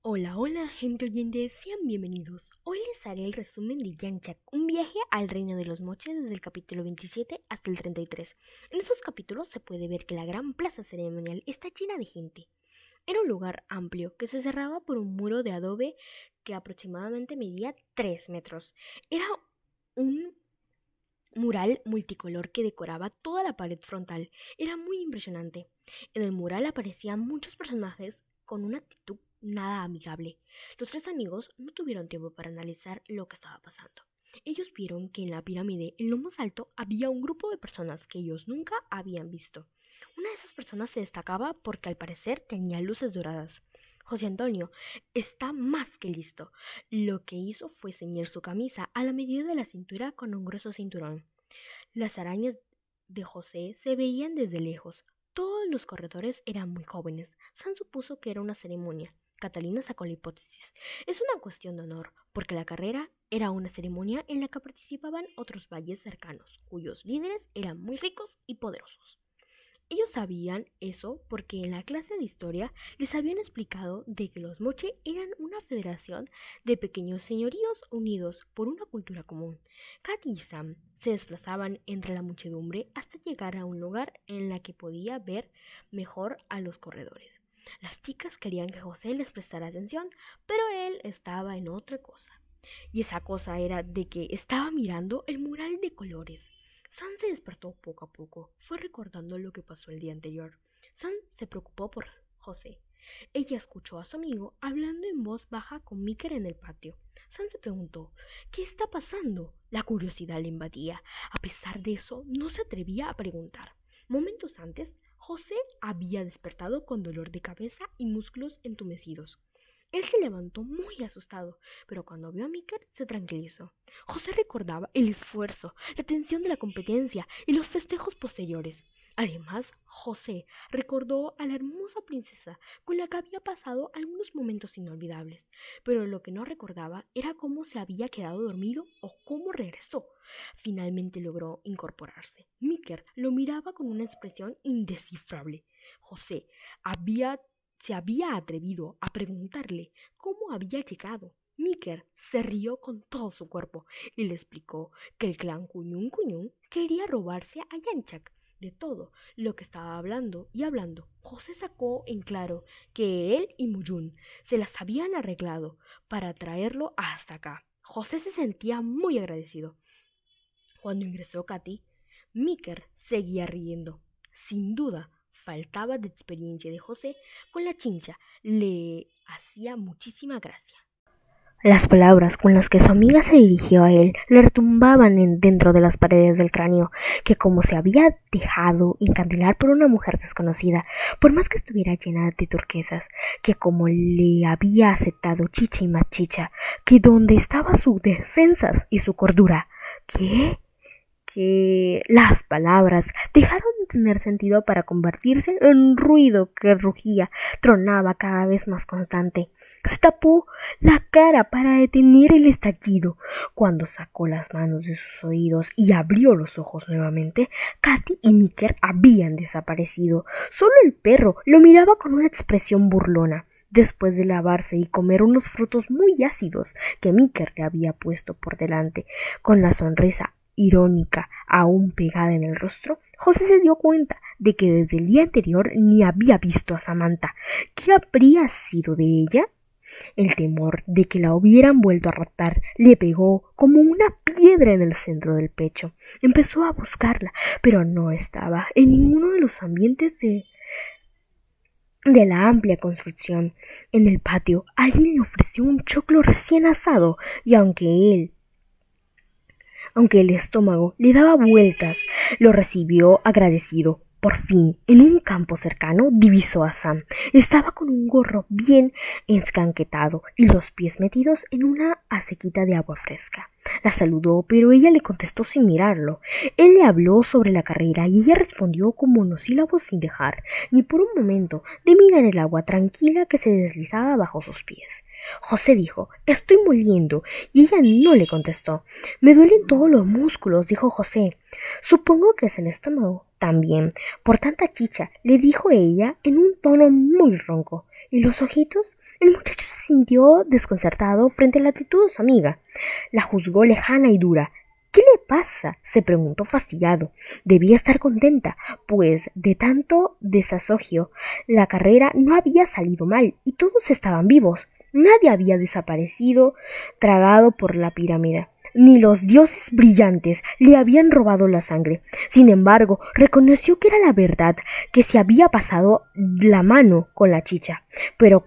Hola, hola, gente oyente, sean bienvenidos. Hoy les haré el resumen de Yanchak, un viaje al reino de los moches desde el capítulo 27 hasta el 33. En estos capítulos se puede ver que la gran plaza ceremonial está llena de gente. Era un lugar amplio que se cerraba por un muro de adobe que aproximadamente medía 3 metros. Era un mural multicolor que decoraba toda la pared frontal. Era muy impresionante. En el mural aparecían muchos personajes con una actitud nada amigable. Los tres amigos no tuvieron tiempo para analizar lo que estaba pasando. Ellos vieron que en la pirámide, en lo más alto, había un grupo de personas que ellos nunca habían visto. Una de esas personas se destacaba porque al parecer tenía luces doradas. José Antonio está más que listo. Lo que hizo fue ceñir su camisa a la medida de la cintura con un grueso cinturón. Las arañas de José se veían desde lejos. Todos los corredores eran muy jóvenes. Sam supuso que era una ceremonia. Catalina sacó la hipótesis. Es una cuestión de honor, porque la carrera era una ceremonia en la que participaban otros valles cercanos, cuyos líderes eran muy ricos y poderosos. Ellos sabían eso porque en la clase de historia les habían explicado de que los Moche eran una federación de pequeños señoríos unidos por una cultura común. Katy y Sam se desplazaban entre la muchedumbre hasta llegar a un lugar en la que podía ver mejor a los corredores. Las chicas querían que José les prestara atención, pero él estaba en otra cosa. Y esa cosa era de que estaba mirando el mural de colores. Sam se despertó poco a poco. Fue recordando lo que pasó el día anterior. Sam se preocupó por José. Ella escuchó a su amigo hablando en voz baja con Miker en el patio. Sam se preguntó, ¿qué está pasando? La curiosidad le invadía. A pesar de eso, no se atrevía a preguntar. Momentos antes, José había despertado con dolor de cabeza y músculos entumecidos. Él se levantó muy asustado, pero cuando vio a Miker se tranquilizó. José recordaba el esfuerzo, la tensión de la competencia y los festejos posteriores. Además, José recordó a la hermosa princesa con la que había pasado algunos momentos inolvidables, pero lo que no recordaba era cómo se había quedado dormido o cómo regresó. Finalmente logró incorporarse. Miker lo miraba con una expresión indescifrable. José se había atrevido a preguntarle cómo había llegado. Miker se rió con todo su cuerpo y le explicó que el clan Cuñún Cuñún quería robarse a Yanchak. De todo lo que estaba hablando y hablando, José sacó en claro que él y Muyun se las habían arreglado para traerlo hasta acá. José se sentía muy agradecido. Cuando ingresó Katy, Miker seguía riendo. Sin duda, faltaba de experiencia de José con la chincha. Le hacía muchísima gracia. Las palabras con las que su amiga se dirigió a él le retumbaban dentro de las paredes del cráneo, que como se había dejado encandilar por una mujer desconocida, por más que estuviera llena de turquesas, que como le había aceptado chicha y más chicha, que donde estaban sus defensas y su cordura. ¿Qué? Que las palabras dejaron de tener sentido para convertirse en un ruido que rugía, tronaba cada vez más constante. Se tapó la cara para detener el estallido. Cuando sacó las manos de sus oídos y abrió los ojos nuevamente, Katy y Miker habían desaparecido. Solo el perro lo miraba con una expresión burlona. Después de lavarse y comer unos frutos muy ácidos que Miker le había puesto por delante, con la sonrisa irónica aún pegada en el rostro, José se dio cuenta de que desde el día anterior ni había visto a Samantha. ¿Qué habría sido de ella? El temor de que la hubieran vuelto a raptar le pegó como una piedra en el centro del pecho. Empezó a buscarla, pero no estaba en ninguno de los ambientes de la amplia construcción. En el patio alguien le ofreció un choclo recién asado y aunque el estómago le daba vueltas, lo recibió agradecido. Por fin, en un campo cercano, divisó a Sam. Estaba con un gorro bien escanquetado y los pies metidos en una acequita de agua fresca. La saludó, pero ella le contestó sin mirarlo. Él le habló sobre la carrera y ella respondió con monosílabos sin dejar, ni por un momento, de mirar el agua tranquila que se deslizaba bajo sus pies. José dijo, «Estoy moliendo», y ella no le contestó. «Me duelen todos los músculos», dijo José. «Supongo que es el estómago». «También, por tanta chicha», le dijo ella en un tono muy ronco. «¿Y los ojitos?» El muchacho se sintió desconcertado frente a la actitud de su amiga. La juzgó lejana y dura. ¿Qué le pasa?, se preguntó fastidiado. Debía estar contenta, pues de tanto desasosiego la carrera no había salido mal y todos estaban vivos. Nadie había desaparecido tragado por la pirámide, ni los dioses brillantes le habían robado la sangre. Sin embargo, reconoció que era la verdad, que se había pasado la mano con la chicha, pero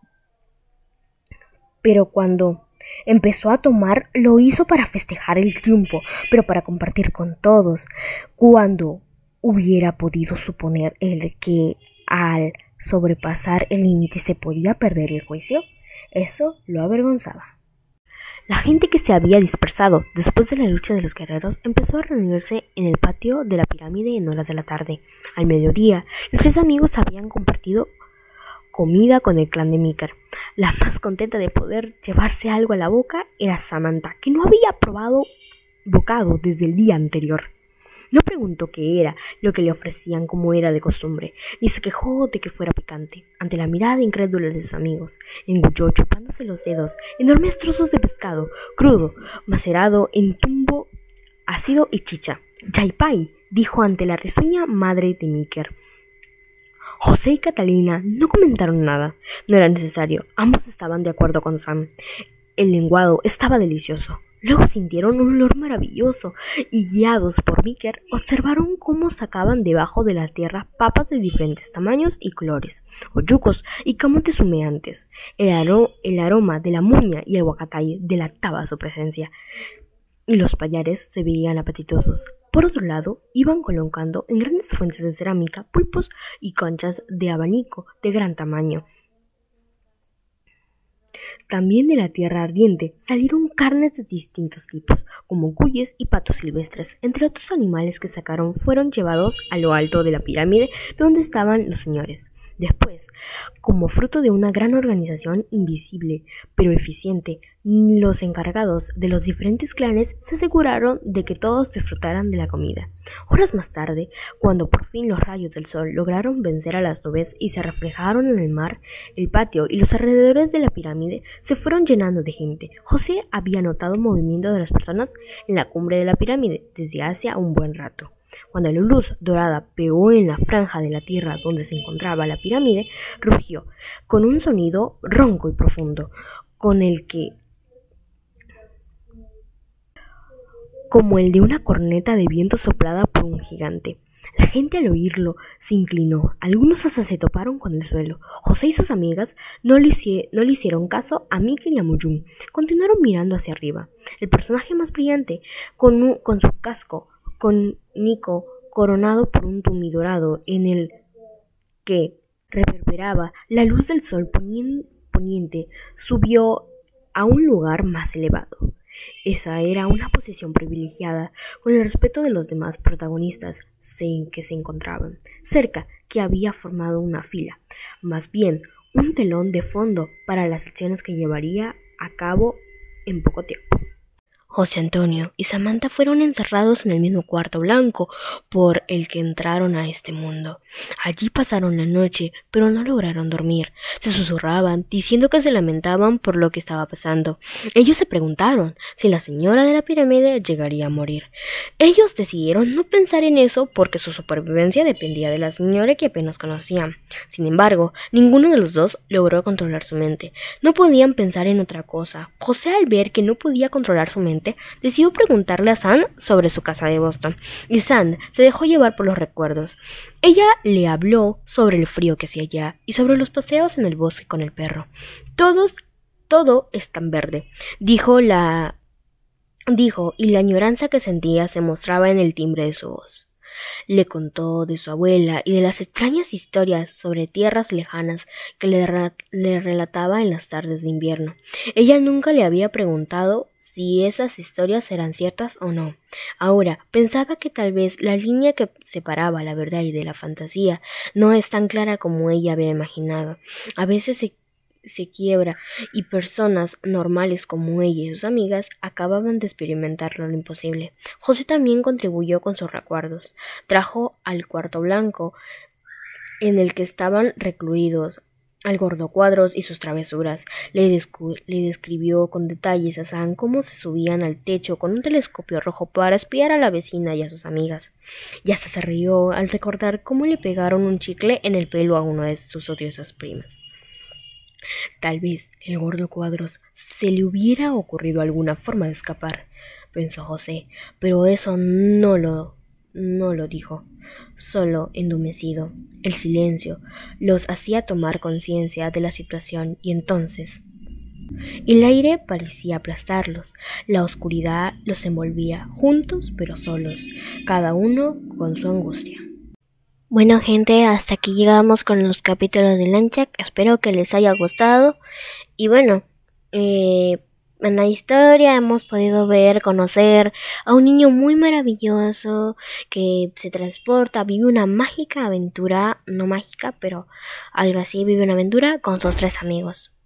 cuando empezó a tomar, lo hizo para festejar el triunfo, pero para compartir con todos. Cuando hubiera podido suponer él que al sobrepasar el límite se podía perder el juicio, eso lo avergonzaba. La gente que se había dispersado después de la lucha de los guerreros empezó a reunirse en el patio de la pirámide en horas de la tarde. Al mediodía, los 3 amigos habían compartido comida con el clan de Miker. La más contenta de poder llevarse algo a la boca era Samantha, que no había probado bocado desde el día anterior. No preguntó qué era lo que le ofrecían como era de costumbre, ni se quejó de que fuera picante. Ante la mirada incrédula de sus amigos, engulló chupándose los dedos enormes trozos de pescado crudo, macerado en tumbo ácido y chicha. «Yaipai», dijo ante la risueña madre de Miker. José y Catalina no comentaron nada. No era necesario. Ambos estaban de acuerdo con Sam. El lenguado estaba delicioso. Luego sintieron un olor maravilloso y, guiados por Miker, observaron cómo sacaban debajo de la tierra papas de diferentes tamaños y colores, oyucos y camotes humeantes. El aroma de la muña y el huacatay delataba su presencia, y los pallares se veían apetitosos. Por otro lado, iban colocando en grandes fuentes de cerámica pulpos y conchas de abanico de gran tamaño. También de la tierra ardiente salieron carnes de distintos tipos, como cuyes y patos silvestres. Entre otros animales que sacaron fueron llevados a lo alto de la pirámide donde estaban los señores. Después, como fruto de una gran organización invisible pero eficiente, los encargados de los diferentes clanes se aseguraron de que todos disfrutaran de la comida. Horas más tarde, cuando por fin los rayos del sol lograron vencer a las nubes y se reflejaron en el mar, el patio y los alrededores de la pirámide se fueron llenando de gente. José había notado movimiento de las personas en la cumbre de la pirámide desde hacía un buen rato. Cuando la luz dorada pegó en la franja de la tierra donde se encontraba la pirámide, rugió con un sonido ronco y profundo, como el de una corneta de viento soplada por un gigante. La gente al oírlo se inclinó, algunos hasta se toparon con el suelo. José y sus amigas no le hicieron caso a Mikel y a Muyun. Continuaron mirando hacia arriba. El personaje más brillante, con su casco con Nico coronado por un tumi dorado en el que reverberaba la luz del sol poniente, subió a un lugar más elevado. Esa era una posición privilegiada, con el respeto de los demás protagonistas en que se encontraban, cerca que había formado una fila, más bien un telón de fondo para las acciones que llevaría a cabo en poco tiempo. José Antonio y Samantha fueron encerrados en el mismo cuarto blanco por el que entraron a este mundo. Allí pasaron la noche, pero no lograron dormir. Se susurraban, diciendo que se lamentaban por lo que estaba pasando. Ellos se preguntaron si la señora de la pirámide llegaría a morir. Ellos decidieron no pensar en eso porque su supervivencia dependía de la señora que apenas conocían. Sin embargo, ninguno de los dos logró controlar su mente. No podían pensar en otra cosa. José, al ver que no podía controlar su mente, decidió preguntarle a Sand sobre su casa de Boston, y Sand se dejó llevar por los recuerdos. Ella le habló sobre el frío que hacía allá y sobre los paseos en el bosque con el perro. Todo es tan verde, dijo, y la añoranza que sentía se mostraba en el timbre de su voz. Le contó de su abuela y de las extrañas historias sobre tierras lejanas que le relataba en las tardes de invierno. Ella nunca le había preguntado si esas historias eran ciertas o no. Ahora pensaba que tal vez la línea que separaba la verdad y de la fantasía no es tan clara como ella había imaginado. A veces se quiebra y personas normales como ella y sus amigas acababan de experimentar lo imposible. José también contribuyó con sus recuerdos. Trajo al cuarto blanco en el que estaban recluidos al gordo Cuadros y sus travesuras. Le describió con detalles a Sam cómo se subían al techo con un telescopio rojo para espiar a la vecina y a sus amigas. Y hasta se rió al recordar cómo le pegaron un chicle en el pelo a una de sus odiosas primas. Tal vez el gordo Cuadros se le hubiera ocurrido alguna forma de escapar, pensó José, pero eso no lo dijo. Solo endurecido. El silencio los hacía tomar conciencia de la situación y entonces el aire parecía aplastarlos. La oscuridad los envolvía, juntos pero solos, cada uno con su angustia. Bueno, gente, hasta aquí llegamos con los capítulos de Lanchak. Espero que les haya gustado. Y bueno, en la historia hemos podido conocer a un niño muy maravilloso que se transporta, vive una mágica aventura, no mágica, pero algo así, vive una aventura con sus 3 amigos.